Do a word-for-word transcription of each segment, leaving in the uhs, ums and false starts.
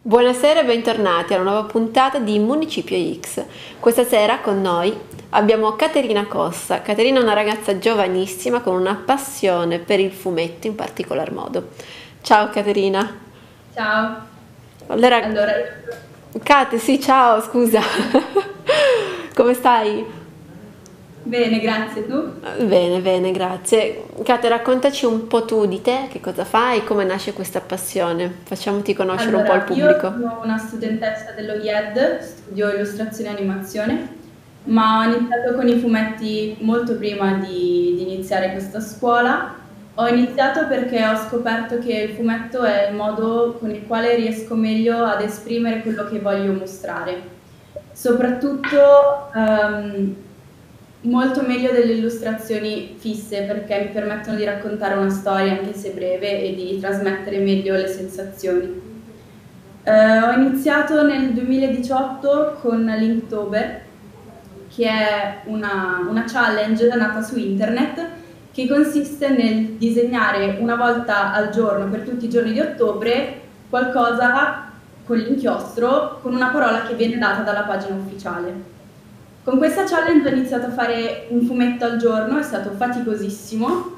Buonasera e bentornati a una nuova puntata di Municipio X. Questa sera con noi abbiamo Caterina Cossa. Caterina è una ragazza giovanissima con una passione per il fumetto in particolar modo. Ciao Caterina. Ciao, Allora, allora, Cate, sì, ciao, scusa. Come stai? bene, grazie, tu? Bene, bene, grazie. Cate, raccontaci un po' tu di te, che cosa fai, come nasce questa passione. Facciamoti conoscere un po' al Allora, io pubblico. sono una studentessa dello I E D, studio illustrazione e animazione, ma ho iniziato con i fumetti molto prima di, di iniziare questa scuola. Ho iniziato perché ho scoperto che il fumetto è il modo con il quale riesco meglio ad esprimere quello che voglio mostrare. Soprattutto ehm, molto meglio delle illustrazioni fisse perché mi permettono di raccontare una storia anche se breve e di trasmettere meglio le sensazioni. Eh, ho iniziato nel duemiladiciotto con Linktober, che è una, una challenge nata su internet che consiste nel disegnare una volta al giorno per tutti i giorni di ottobre qualcosa con l'inchiostro con una parola che viene data dalla pagina ufficiale. Con questa challenge ho iniziato a fare un fumetto al giorno, è stato faticosissimo,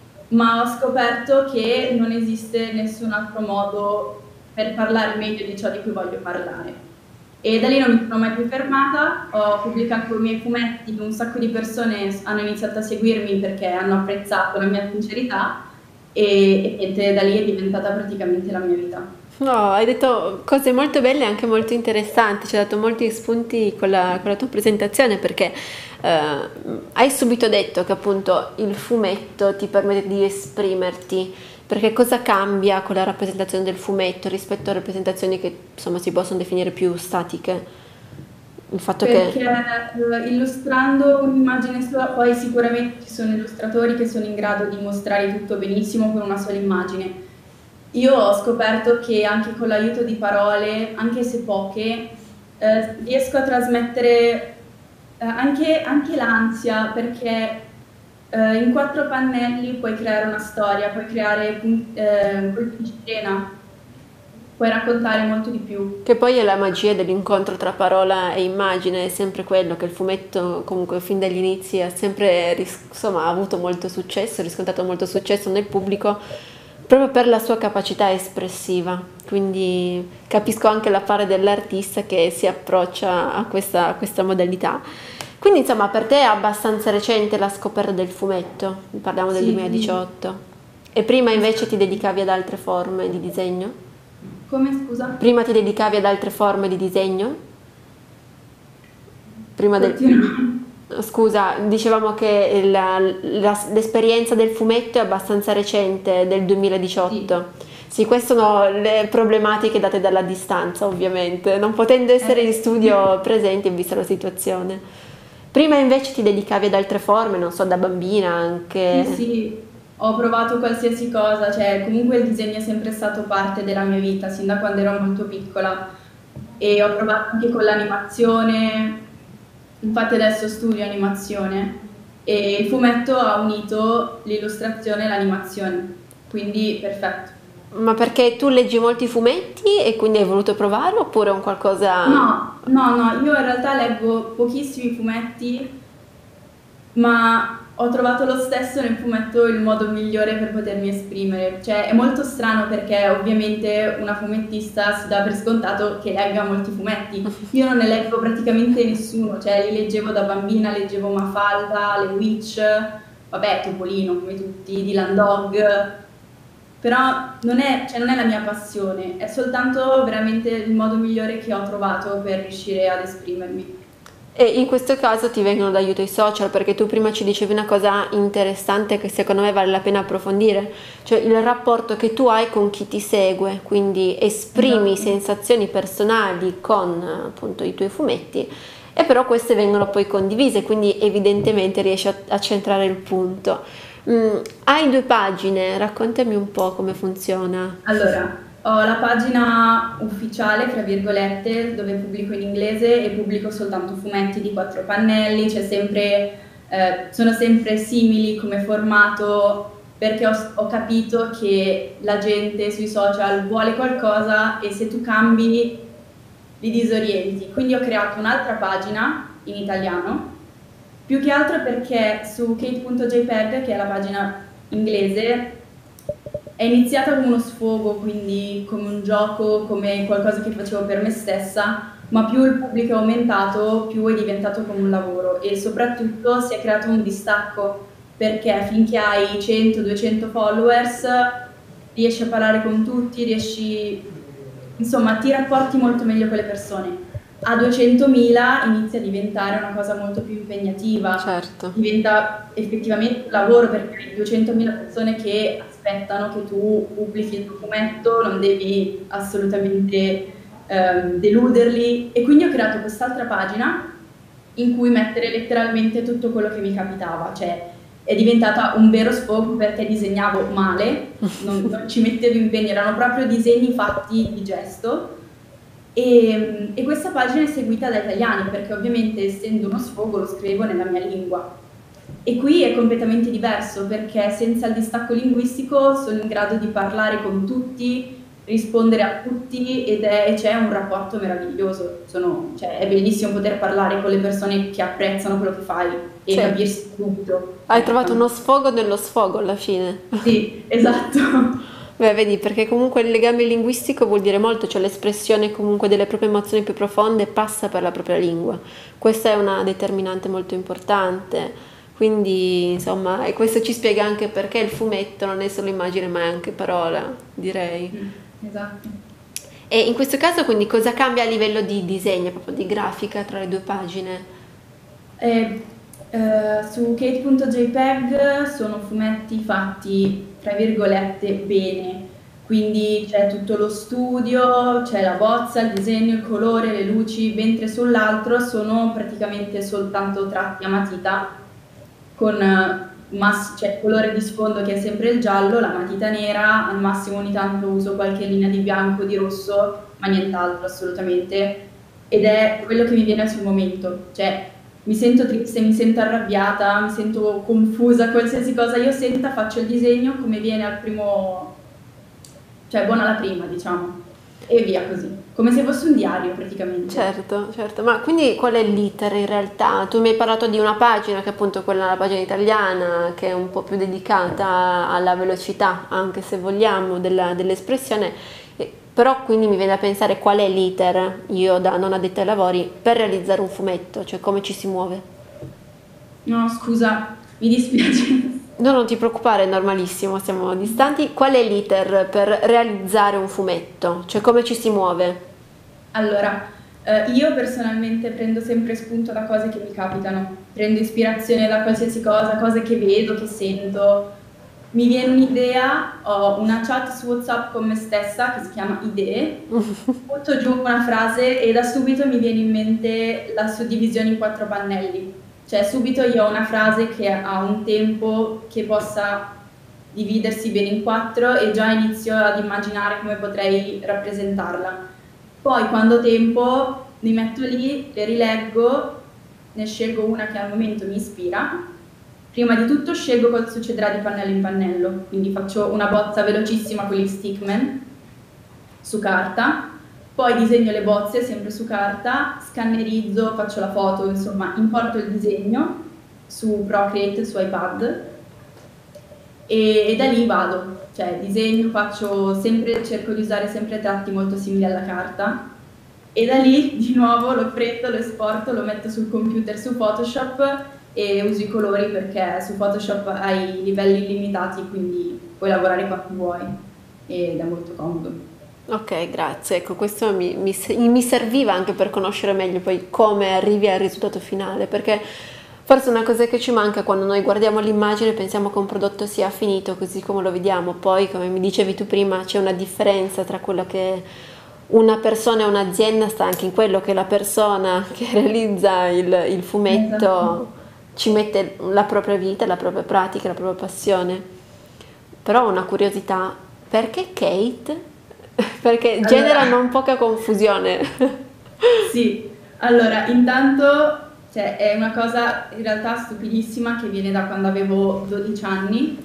ma ho scoperto che non esiste nessun altro modo per parlare meglio di ciò di cui voglio parlare. E da lì non mi sono mai più fermata, ho pubblicato i miei fumetti, un sacco di persone hanno iniziato a seguirmi perché hanno apprezzato la mia sincerità e, e niente, da lì è diventata praticamente la mia vita. No, hai detto cose molto belle e anche molto interessanti, ci hai dato molti spunti con la, con la tua presentazione perché eh, hai subito detto che appunto il fumetto ti permette di esprimerti, perché cosa cambia con la rappresentazione del fumetto rispetto a rappresentazioni che insomma si possono definire più statiche? Il fatto che... Perché eh, illustrando un'immagine sola, poi sicuramente ci sono illustratori che sono in grado di mostrare tutto benissimo con una sola immagine. Io ho scoperto che anche con l'aiuto di parole, anche se poche, eh, riesco a trasmettere eh, anche, anche l'ansia, perché eh, in quattro pannelli puoi creare una storia, puoi creare pun- eh, colpi di scena, puoi raccontare molto di più. Che poi è la magia dell'incontro tra parola e immagine, è sempre quello che il fumetto comunque fin dagli inizi ha sempre ris- insomma, ha avuto molto successo, ha riscontrato molto successo nel pubblico proprio per la sua capacità espressiva. Quindi capisco anche la parte dell'artista che si approccia a questa, a questa modalità. Quindi insomma per te è abbastanza recente la scoperta del fumetto, parliamo del Sì, duemiladiciotto. E prima invece ti dedicavi ad altre forme di disegno? come scusa? Prima ti dedicavi ad altre forme di disegno? Prima del... Continua. Scusa, dicevamo che la- la- l'esperienza del fumetto è abbastanza recente, del Sì. duemiladiciotto. Sì, queste sono le problematiche date dalla distanza, ovviamente, non potendo essere Eh, in sì. studio presenti vista la situazione. Prima invece ti dedicavi ad altre forme, non so, da bambina Sì, anche... sì, ho provato qualsiasi cosa, cioè comunque il disegno è sempre stato parte della mia vita, sin da quando ero molto piccola e ho provato anche con l'animazione, infatti adesso studio animazione e il fumetto ha unito l'illustrazione e l'animazione, quindi perfetto. Ma perché tu leggi molti fumetti e quindi hai voluto provare oppure è un qualcosa... No, no, no, io in realtà leggo pochissimi fumetti, ma ho trovato lo stesso nel fumetto il modo migliore per potermi esprimere. Cioè, è molto strano perché ovviamente una fumettista si dà per scontato che legga molti fumetti. Io non ne leggo praticamente nessuno, cioè li leggevo da bambina, leggevo Mafalda, Le Witch, vabbè, Topolino come tutti, Dylan Dog, però non è, cioè, non è la mia passione, è soltanto veramente il modo migliore che ho trovato per riuscire ad esprimermi. E in questo caso ti vengono d'aiuto i social, perché tu prima ci dicevi una cosa interessante che secondo me vale la pena approfondire, cioè il rapporto che tu hai con chi ti segue, quindi esprimi Esatto. sensazioni personali con appunto i tuoi fumetti e però queste vengono poi condivise, quindi evidentemente riesci a, a centrare il punto. Mm, hai due pagine, raccontami un po' come funziona. Allora, ho la pagina ufficiale, tra virgolette, dove pubblico in inglese e pubblico soltanto fumetti di quattro pannelli, c'è sempre, eh, sono sempre simili come formato, perché ho, ho capito che la gente sui social vuole qualcosa e se tu cambi li disorienti. Quindi ho creato un'altra pagina in italiano, più che altro perché su kate punto jpeg, che è la pagina inglese, è iniziata come uno sfogo, quindi come un gioco, come qualcosa che facevo per me stessa, ma più il pubblico è aumentato, più è diventato come un lavoro e soprattutto si è creato un distacco, perché finché hai cento duecento followers riesci a parlare con tutti, riesci, insomma, ti rapporti molto meglio con le persone. A duecentomila inizia a diventare una cosa molto più impegnativa, Certo. diventa effettivamente un lavoro perché hai duecentomila persone che aspettano che tu pubblichi il tuo fumetto, non devi assolutamente ehm, deluderli e quindi ho creato quest'altra pagina in cui mettere letteralmente tutto quello che mi capitava, cioè è diventata un vero sfogo perché disegnavo male, non, non ci mettevo impegno, erano proprio disegni fatti di gesto e, e questa pagina è seguita da italiani perché ovviamente essendo uno sfogo lo scrivo nella mia lingua. E qui è completamente diverso perché senza il distacco linguistico sono in grado di parlare con tutti, rispondere a tutti ed è, c'è un rapporto meraviglioso. Sono, cioè, è bellissimo poter parlare con le persone che apprezzano quello che fai e Sì. capirsi subito. Hai trovato uno sfogo nello sfogo alla fine. Sì, esatto. Beh, vedi, perché comunque il legame linguistico vuol dire molto, cioè l'espressione comunque delle proprie emozioni più profonde passa per la propria lingua. Questa è una determinante molto importante. Quindi, insomma, e questo ci spiega anche perché il fumetto non è solo immagine, ma è anche parola, direi. Mm, esatto. E in questo caso, quindi, cosa cambia a livello di disegno, proprio di grafica tra le due pagine? Eh, eh, su kate punto jpeg sono fumetti fatti, tra virgolette, bene. Quindi c'è tutto lo studio, c'è la bozza, il disegno, il colore, le luci, mentre sull'altro sono praticamente soltanto tratti a matita con mass- cioè, il colore di sfondo che è sempre il giallo, la matita nera, al massimo ogni tanto uso qualche linea di bianco, di rosso, ma nient'altro assolutamente. Ed è quello che mi viene sul momento, cioè mi sento triste, mi sento arrabbiata, mi sento confusa, qualsiasi cosa io senta faccio il disegno come viene al primo, cioè buona la prima, diciamo, e via così, come se fosse un diario praticamente. Certo, certo, ma quindi qual è l'iter in realtà? Tu mi hai parlato di una pagina che è appunto quella, la pagina italiana, che è un po' più dedicata alla velocità, anche se vogliamo, della- dell'espressione, eh, però quindi mi viene da pensare qual è l'iter, io da non addetta ai lavori, per realizzare un fumetto, cioè come ci si muove. No, scusa, mi dispiace. No, non ti preoccupare, è normalissimo, siamo distanti. Qual è l'iter per realizzare un fumetto? Cioè come ci si muove? Allora, eh, io personalmente prendo sempre spunto da cose che mi capitano, prendo ispirazione da qualsiasi cosa, cose che vedo, che sento. Mi viene un'idea, ho una chat su WhatsApp con me stessa che si chiama Idee, butto giù una frase e da subito mi viene in mente la suddivisione in quattro pannelli. Cioè subito io ho una frase che ha un tempo che possa dividersi bene in quattro e già inizio ad immaginare come potrei rappresentarla. Poi quando ho tempo mi metto lì, le rileggo, ne scelgo una che al momento mi ispira. Prima di tutto scelgo cosa succederà di pannello in pannello, quindi faccio una bozza velocissima con gli stickman su carta, poi disegno le bozze sempre su carta, scannerizzo, faccio la foto, insomma importo il disegno su Procreate, su iPad e, e da lì vado, cioè disegno, faccio sempre, cerco di usare sempre tratti molto simili alla carta e da lì di nuovo lo prendo, lo esporto, lo metto sul computer su Photoshop e uso i colori perché su Photoshop hai livelli illimitati, quindi puoi lavorare quanto vuoi ed è molto comodo. Ok, grazie. Ecco, questo mi, mi, mi serviva anche per conoscere meglio poi come arrivi al risultato finale, perché forse una cosa che ci manca quando noi guardiamo l'immagine pensiamo che un prodotto sia finito così come lo vediamo, poi come mi dicevi tu prima c'è una differenza tra quello che una persona e un'azienda, sta anche in quello che la persona che realizza il, il fumetto Esatto. ci mette la propria vita, la propria pratica, la propria passione. Però ho una curiosità, perché Kate? Perché genera Allora, non poca confusione. sì, allora intanto cioè, è una cosa in realtà stupidissima che viene da quando avevo dodici anni.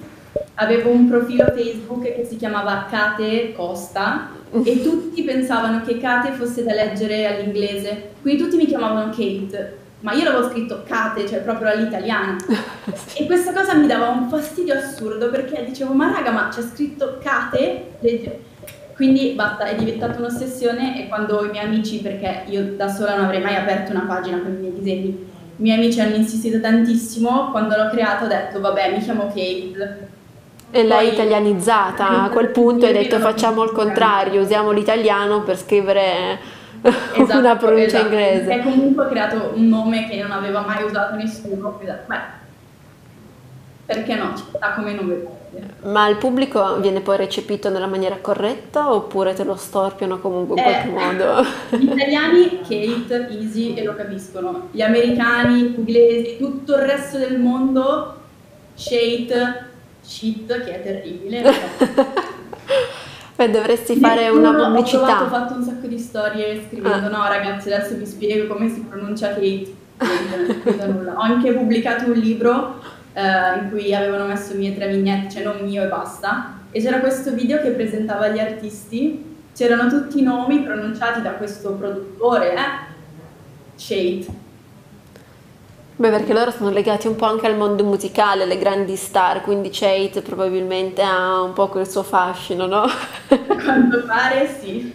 avevo un profilo Facebook che si chiamava Kate Costa e tutti pensavano che Kate fosse da leggere all'inglese, quindi tutti mi chiamavano Kate, ma io l'avevo scritto Kate, cioè proprio all'italiana. E questa cosa mi dava un fastidio assurdo perché dicevo, ma raga, ma c'è scritto Kate? Legge. Quindi basta, è diventata un'ossessione e quando i miei amici, perché io da sola non avrei mai aperto una pagina con i miei disegni, i miei amici hanno insistito tantissimo, quando l'ho creato ho detto, vabbè, mi chiamo Kate. E l'hai italianizzata, a quel punto hai detto facciamo il contrario, usiamo l'italiano per scrivere esatto, una pronuncia esatto. inglese. E comunque ho creato un nome che non aveva mai usato nessuno, beh, perché no, ci sta come nome. Ma il pubblico viene poi recepito nella maniera corretta oppure te lo storpiano comunque in qualche Eh, modo? Gli italiani Kate, easy e lo capiscono, gli americani, gli inglesi, tutto il resto del mondo shade, shit, che è terribile. Beh, dovresti fare Nessuno, una pubblicità. Ho provato, ho fatto un sacco di storie scrivendo, Ah. no ragazzi adesso vi spiego come si pronuncia Kate, non ho scritto nulla. Ho anche pubblicato un libro eh, in cui avevano messo mie tre vignette, cioè non mio e basta, e c'era questo video che presentava gli artisti, c'erano tutti i nomi pronunciati da questo produttore, eh? Shade. Beh, perché loro sono legati un po' anche al mondo musicale, le grandi star, quindi Chait probabilmente ha un po' quel suo fascino, no? A quanto pare sì.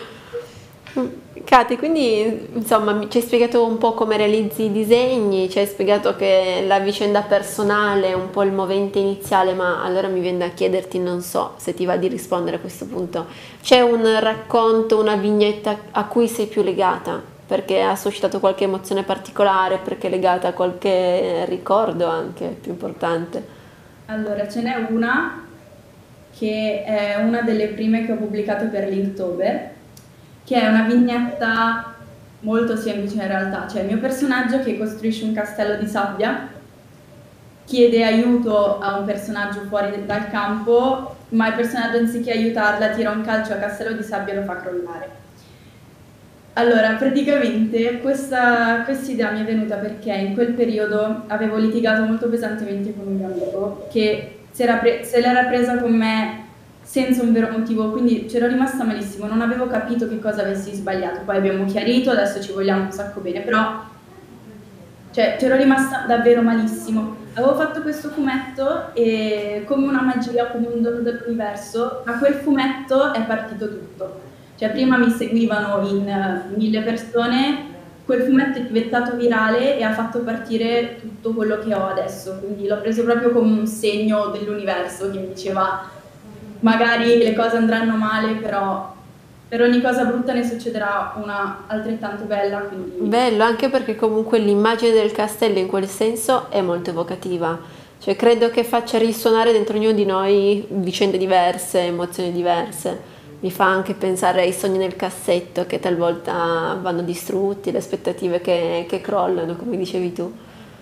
Kati, quindi insomma mi- ci hai spiegato un po' come realizzi i disegni, ci hai spiegato che la vicenda personale è un po' il movente iniziale, ma allora mi viene da chiederti, non so se ti va di rispondere a questo punto, c'è un racconto, una vignetta a cui sei più legata? Perché ha suscitato qualche emozione particolare, perché è legata a qualche ricordo anche più importante? Allora, ce n'è una che è una delle prime che ho pubblicato per Linktober, che è una vignetta molto semplice in realtà, cioè il mio personaggio che costruisce un castello di sabbia, chiede aiuto a un personaggio fuori dal campo, ma il personaggio anziché aiutarla tira un calcio a castello di sabbia e lo fa crollare. Allora, praticamente questa idea mi è venuta perché in quel periodo avevo litigato molto pesantemente con un mio amico che se l'era presa con me senza un vero motivo, quindi c'ero rimasta malissimo, non avevo capito che cosa avessi sbagliato, poi abbiamo chiarito, adesso ci vogliamo un sacco bene, però cioè c'ero rimasta davvero malissimo. Avevo fatto questo fumetto e come una magia, come un dono dell'universo, da quel fumetto è partito tutto. Cioè prima mi seguivano in uh, mille persone, quel fumetto è diventato virale e ha fatto partire tutto quello che ho adesso, quindi l'ho preso proprio come un segno dell'universo che mi diceva magari le cose andranno male, però per ogni cosa brutta ne succederà una altrettanto bella. Quindi... Bello, anche perché comunque l'immagine del castello in quel senso è molto evocativa, cioè credo che faccia risuonare dentro ognuno di noi vicende diverse, emozioni diverse. Mi fa anche pensare ai sogni nel cassetto che talvolta vanno distrutti, le aspettative che, che crollano, come dicevi tu.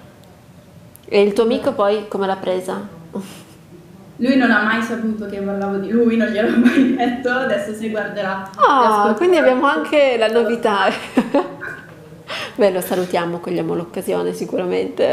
E il tuo amico poi come l'ha presa? Lui non ha mai saputo che parlavo di lui, non gliel'ho mai detto, adesso si guarderà. Ah, quindi abbiamo anche la novità. Beh, lo salutiamo, cogliamo l'occasione sicuramente.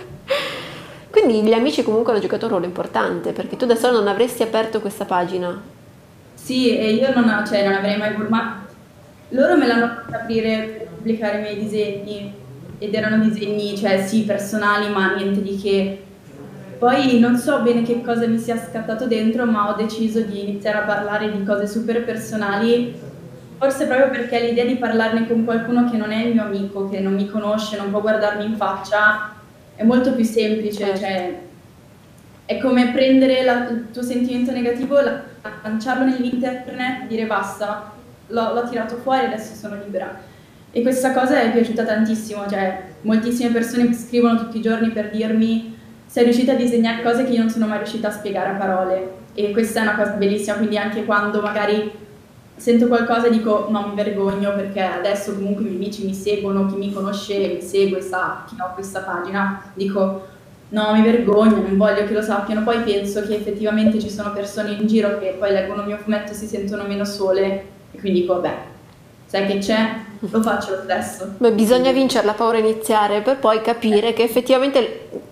Quindi gli amici comunque hanno giocato un ruolo importante, perché tu da solo non avresti aperto questa pagina. Sì, e io non, cioè, non avrei mai voluto, ma loro me l'hanno fatto aprire per pubblicare i miei disegni, ed erano disegni, cioè sì, personali, ma niente di che. Poi non so bene che cosa mi sia scattato dentro, ma ho deciso di iniziare a parlare di cose super personali, forse proprio perché l'idea di parlarne con qualcuno che non è il mio amico, che non mi conosce, non può guardarmi in faccia, è molto più semplice, cioè è come prendere la, il tuo sentimento negativo, lanciarlo nell'internet, dire basta, l'ho tirato fuori, adesso sono libera. E questa cosa è piaciuta tantissimo, cioè moltissime persone mi scrivono tutti i giorni per dirmi sei riuscita a disegnare cose che io non sono mai riuscita a spiegare a parole, e questa è una cosa bellissima, quindi anche quando magari sento qualcosa dico no, mi vergogno, perché adesso comunque i miei amici mi seguono, chi mi conosce mi segue, sa che ho questa pagina, dico no, mi vergogno, non voglio che lo sappiano, poi penso che effettivamente ci sono persone in giro che poi leggono il mio fumetto e si sentono meno sole, e quindi dico beh, sai che c'è? Lo faccio lo stesso. Beh, bisogna vincere la paura iniziale per poi capire che effettivamente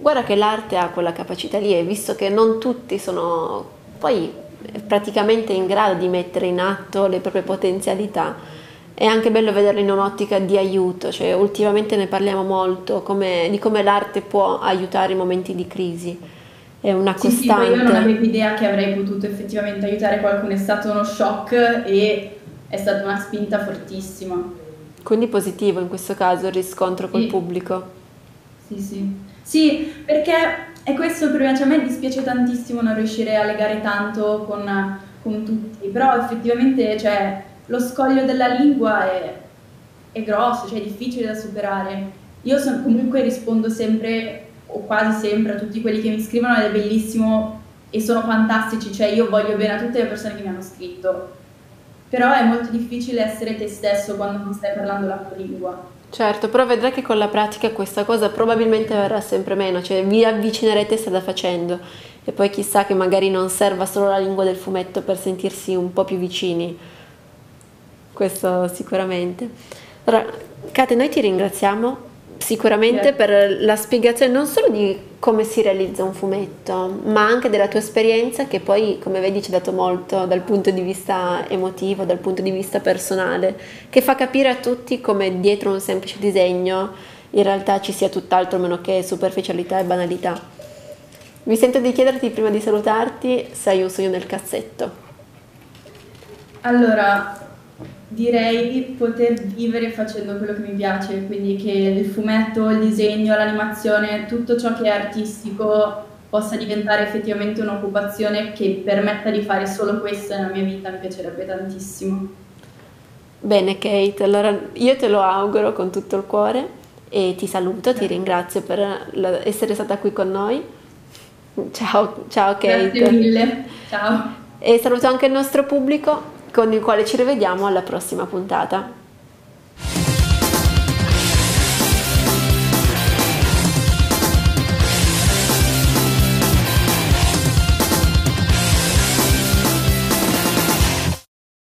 guarda che l'arte ha quella capacità lì, e visto che non tutti sono poi praticamente in grado di mettere in atto le proprie potenzialità, è anche bello vederlo in un'ottica di aiuto, cioè ultimamente ne parliamo molto come, di come l'arte può aiutare in momenti di crisi, è una Sì, sì, poi io non costante. avevo idea che avrei potuto effettivamente aiutare qualcuno, è stato uno shock e è stata una spinta fortissima. Quindi positivo in questo caso il riscontro col Sì. pubblico. Sì, sì. Sì, perché è questo il problema, cioè a me dispiace tantissimo non riuscire a legare tanto con, con tutti, però effettivamente cioè, lo scoglio della lingua è, è grosso, cioè è difficile da superare. Io son- comunque rispondo sempre, o quasi sempre, a tutti quelli che mi scrivono ed è bellissimo e sono fantastici, cioè io voglio bene a tutte le persone che mi hanno scritto, però è molto difficile essere te stesso quando non stai parlando la tua lingua. Certo, però vedrai che con la pratica questa cosa probabilmente verrà sempre meno, cioè vi avvicinerete strada facendo, e poi chissà che magari non serva solo la lingua del fumetto per sentirsi un po' più vicini, questo sicuramente. Allora, Kate, noi ti ringraziamo sicuramente Grazie. per la spiegazione non solo di come si realizza un fumetto, ma anche della tua esperienza, che poi, come vedi, ci ha dato molto dal punto di vista emotivo, dal punto di vista personale, che fa capire a tutti come dietro un semplice disegno in realtà ci sia tutt'altro meno che superficialità e banalità. Mi sento di chiederti prima di salutarti se hai un sogno nel cassetto. Allora, direi poter vivere facendo quello che mi piace, quindi che il fumetto, il disegno, l'animazione, tutto ciò che è artistico possa diventare effettivamente un'occupazione che permetta di fare solo questo nella mia vita, mi piacerebbe tantissimo. Bene Kate, allora io te lo auguro con tutto il cuore e ti saluto, ti Grazie. ringrazio per la- essere stata qui con noi. Ciao, ciao Grazie Kate. mille, ciao. E saluto anche il nostro pubblico con il quale ci rivediamo alla prossima puntata.